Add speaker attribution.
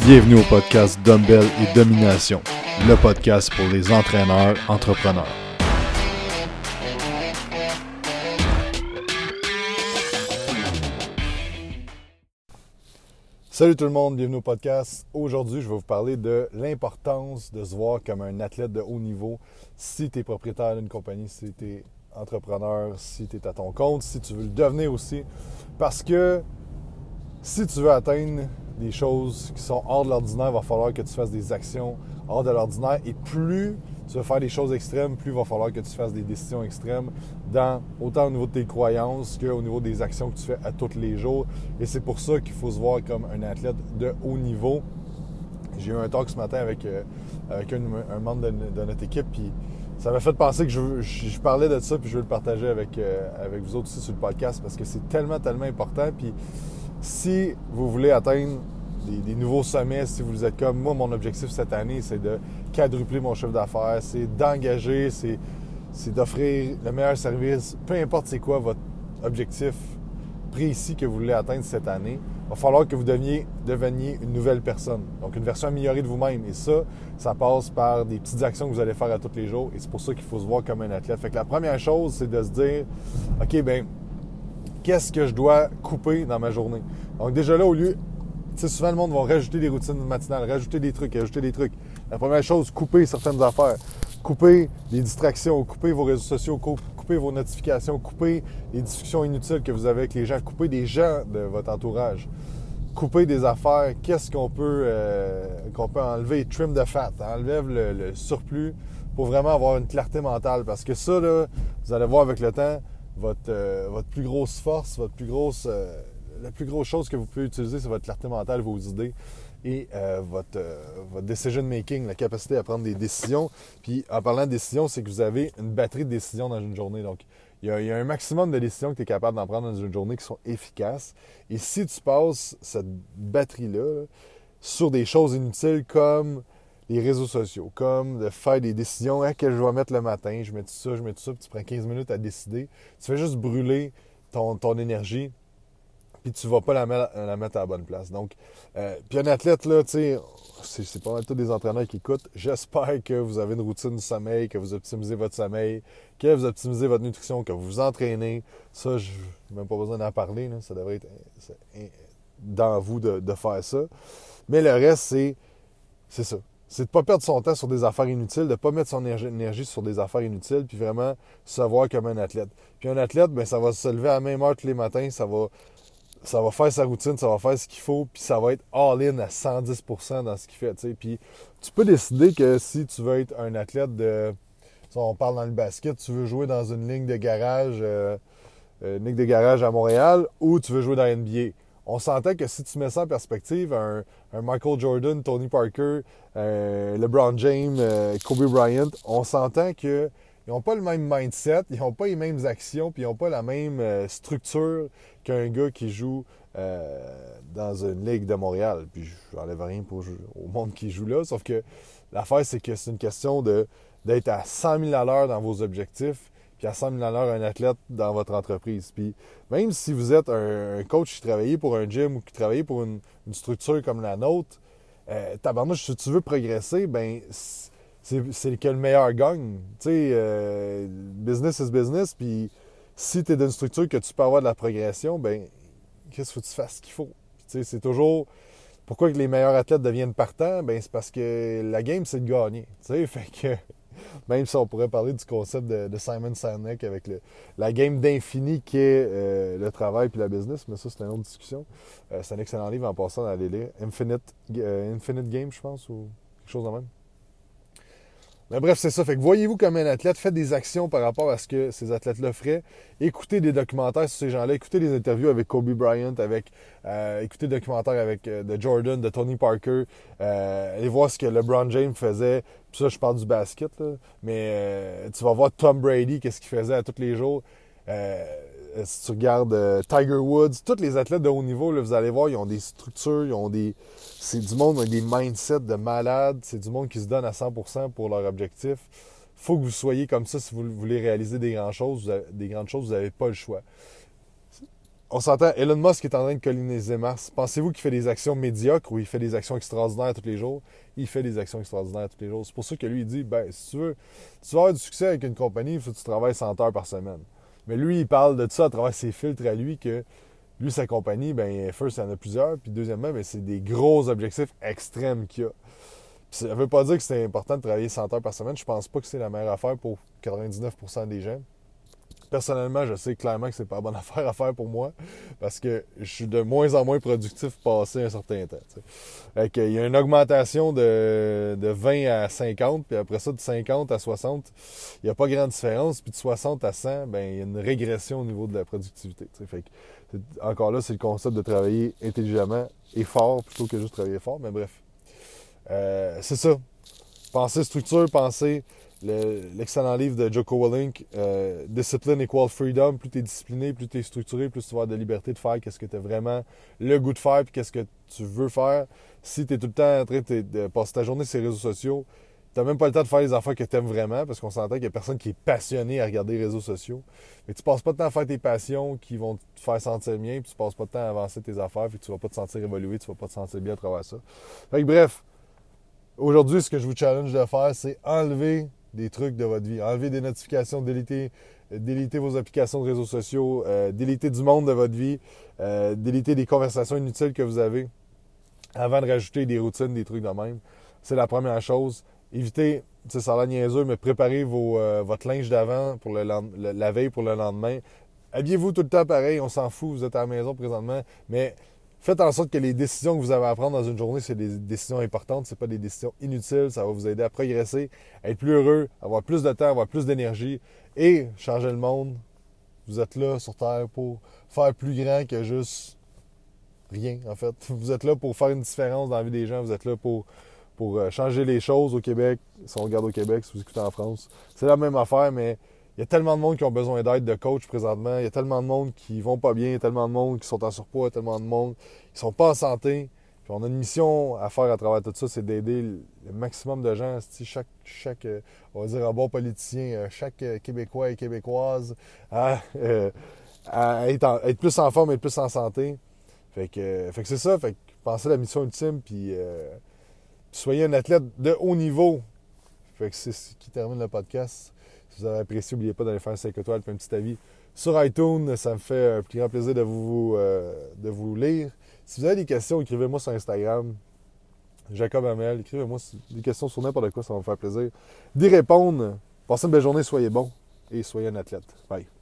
Speaker 1: Bienvenue au podcast Dumbbell et Domination, le podcast pour les entraîneurs entrepreneurs. Salut tout le monde, bienvenue au podcast. Aujourd'hui, je vais vous parler de l'importance de se voir comme un athlète de haut niveau si tu es propriétaire d'une compagnie, si tu es entrepreneur, si tu es à ton compte, si tu veux le devenir aussi. Parce que si tu veux atteindre des choses qui sont hors de l'ordinaire, il va falloir que tu fasses des actions hors de l'ordinaire. Et plus tu vas faire des choses extrêmes, plus il va falloir que tu fasses des décisions extrêmes, autant au niveau de tes croyances qu'au niveau des actions que tu fais à tous les jours. Et c'est pour ça qu'il faut se voir comme un athlète de haut niveau. J'ai eu un talk ce matin avec un membre de notre équipe, puis ça m'a fait penser que je parlais de ça, puis je veux le partager avec vous autres aussi sur le podcast, parce que c'est tellement important. Puis si vous voulez atteindre des nouveaux sommets, si vous êtes comme moi, mon objectif cette année, c'est de quadrupler mon chiffre d'affaires, c'est d'engager, c'est d'offrir le meilleur service, peu importe c'est quoi votre objectif précis que vous voulez atteindre cette année, il va falloir que vous deveniez une nouvelle personne, donc une version améliorée de vous-même. Et ça passe par des petites actions que vous allez faire à tous les jours, et c'est pour ça qu'il faut se voir comme un athlète. Fait que la première chose, c'est de se dire, OK, qu'est-ce que je dois couper dans ma journée? Donc déjà là, au lieu, tu sais, souvent le monde va rajouter des routines matinales, rajouter des trucs. La première chose, couper certaines affaires. Couper des distractions, couper vos réseaux sociaux, couper vos notifications, couper les discussions inutiles que vous avez avec les gens, couper des gens de votre entourage. Couper des affaires, qu'est-ce qu'on peut enlever? Trim the fat, enlève le surplus pour vraiment avoir une clarté mentale. Parce que ça, là, vous allez voir avec le temps, votre plus grosse force, la plus grosse chose que vous pouvez utiliser, c'est votre clarté mentale, vos idées et votre decision making, la capacité à prendre des décisions. Puis en parlant de décisions, c'est que vous avez une batterie de décisions dans une journée. Donc, il y a un maximum de décisions que tu es capable d'en prendre dans une journée qui sont efficaces. Et si tu passes cette batterie-là sur des choses inutiles comme les réseaux sociaux, comme de faire des décisions, que je vais mettre le matin, je mets tout ça, puis tu prends 15 minutes à décider. Tu fais juste brûler ton énergie, puis tu vas pas la mettre à la bonne place. Donc, puis un athlète, là, tu sais, c'est pas mal tous des entraîneurs qui écoutent. J'espère que vous avez une routine du sommeil, que vous optimisez votre sommeil, que vous optimisez votre nutrition, que vous vous entraînez. Ça, je n'ai même pas besoin d'en parler, là. Ça devrait être dans vous de faire ça. Mais le reste, c'est ça. C'est de ne pas perdre son temps sur des affaires inutiles, de ne pas mettre son énergie sur des affaires inutiles, puis vraiment se voir comme un athlète. Puis un athlète, ça va se lever à la même heure tous les matins, ça va faire sa routine, ça va faire ce qu'il faut, puis ça va être all-in à 110% dans ce qu'il fait. T'sais. Puis tu peux décider que si tu veux être un athlète si on parle dans le basket, tu veux jouer dans une ligne de garage à Montréal, ou tu veux jouer dans la NBA. On s'entend que si tu mets ça en perspective, un Michael Jordan, Tony Parker, LeBron James, Kobe Bryant, on s'entend qu'ils n'ont pas le même mindset, ils n'ont pas les mêmes actions, puis ils n'ont pas la même structure qu'un gars qui joue dans une ligue de Montréal. Puis je n'enlève rien au monde qui joue là, sauf que l'affaire, c'est que c'est une question d'être à 100 000 à l'heure dans vos objectifs, puis à 100 000 à l'heure un athlète dans votre entreprise. Puis même si vous êtes un coach qui travaille pour un gym ou qui travaille pour une structure comme la nôtre, tabarnouche, si tu veux progresser, c'est que le meilleur gagne. Tu sais, business is business, puis si tu es dans une structure que tu peux avoir de la progression, qu'est-ce qu'il faut que tu fasses ce qu'il faut? Puis, tu sais, c'est toujours... Pourquoi que les meilleurs athlètes deviennent partants? C'est parce que la game, c'est de gagner. Tu sais, fait que... Même si on pourrait parler du concept de Simon Sinek avec la game d'infini qui est le travail puis la business, mais ça, c'est une autre discussion. C'est un excellent livre en passant à aller lire. Infinite Game, je pense, ou quelque chose de même. Mais bref, c'est ça. Fait que voyez-vous comme un athlète, faites des actions par rapport à ce que ces athlètes-là feraient. Écoutez des documentaires sur ces gens-là. Écoutez des interviews avec Kobe Bryant, écoutez des documentaires de Jordan, de Tony Parker. Allez voir ce que LeBron James faisait. Puis ça, je parle du basket, là. Mais tu vas voir Tom Brady, qu'est-ce qu'il faisait à tous les jours. Si tu regardes Tiger Woods, tous les athlètes de haut niveau, là, vous allez voir, ils ont des structures, c'est du monde avec des mindsets de malades, c'est du monde qui se donne à 100% pour leur objectif. Il faut que vous soyez comme ça si vous voulez réaliser des grandes choses, vous n'avez pas le choix. on s'entend, Elon Musk est en train de coloniser Mars. Pensez-vous qu'il fait des actions médiocres ou il fait des actions extraordinaires tous les jours? Il fait des actions extraordinaires tous les jours. C'est pour ça que lui, il dit, ben, si tu veux avoir du succès avec une compagnie, il faut que tu travailles 100 heures par semaine. Mais lui, il parle de ça à travers ses filtres à lui, que lui, sa compagnie, ben, first, il y en a plusieurs. Puis deuxièmement, ben, c'est des gros objectifs extrêmes qu'il a. Puis ça veut pas dire que c'est important de travailler 100 heures par semaine. Je pense pas que c'est la meilleure affaire pour 99% des gens. Personnellement, je sais clairement que c'est pas la bonne affaire à faire pour moi parce que je suis de moins en moins productif passé un certain temps. Fait qu'il y a une augmentation de 20 à 50, puis après ça, de 50 à 60, il n'y a pas grande différence. Puis de 60 à 100, ben, il y a une régression au niveau de la productivité. Fait que, encore là, c'est le concept de travailler intelligemment et fort plutôt que juste travailler fort. Mais bref, c'est ça. Pensez structure, pensez l'excellent livre de Jocko Willink, Discipline Equal Freedom. Plus tu es discipliné, plus tu es structuré, plus tu vas avoir de liberté de faire qu'est-ce que tu as vraiment le goût de faire puis qu'est-ce que tu veux faire. Si tu es tout le temps en train de passer ta journée sur les réseaux sociaux, tu n'as même pas le temps de faire les affaires que tu aimes vraiment parce qu'on s'entend qu'il n'y a personne qui est passionné à regarder les réseaux sociaux. Mais tu passes pas de temps à faire tes passions qui vont te faire sentir bien puis tu passes pas de temps à avancer tes affaires puis tu vas pas te sentir évoluer, tu vas pas te sentir bien à travers ça. Fait que bref, aujourd'hui, ce que je vous challenge de faire, c'est enlever des trucs de votre vie. Enlever des notifications, déliter vos applications de réseaux sociaux, déliter du monde de votre vie, déliter des conversations inutiles que vous avez avant de rajouter des routines, des trucs de même. C'est la première chose. Évitez, ça a l'air niaiseux, mais préparez votre linge d'avant pour la veille pour le lendemain. Habillez-vous tout le temps pareil, on s'en fout, vous êtes à la maison présentement, mais faites en sorte que les décisions que vous avez à prendre dans une journée, c'est des décisions importantes, c'est pas des décisions inutiles. Ça va vous aider à progresser, à être plus heureux, avoir plus de temps, avoir plus d'énergie et changer le monde. Vous êtes là sur Terre pour faire plus grand que juste rien, en fait. Vous êtes là pour faire une différence dans la vie des gens. Vous êtes là pour changer les choses au Québec. Si on regarde au Québec, si vous écoutez en France, c'est la même affaire, mais il y a tellement de monde qui ont besoin d'aide de coach présentement. Il y a tellement de monde qui vont pas bien. Il y a tellement de monde qui sont en surpoids. Il y a tellement de monde qui sont pas en santé. Puis on a une mission à faire à travers tout ça, c'est d'aider le maximum de gens. Chaque on va dire un bon politicien, chaque Québécois et Québécoise à être plus en forme et plus en santé. Fait que c'est ça. Fait que pensez à la mission ultime. Puis soyez un athlète de haut niveau. Fait que c'est ce qui termine le podcast. Si vous avez apprécié, n'oubliez pas d'aller faire un 5 étoiles et un petit avis sur iTunes. Ça me fait un plus grand plaisir de vous lire. Si vous avez des questions, écrivez-moi sur Instagram. Jacob Hamel. Écrivez-moi des questions sur n'importe quoi, ça va me faire plaisir d'y répondre. Passez une belle journée, soyez bon et soyez un athlète. Bye.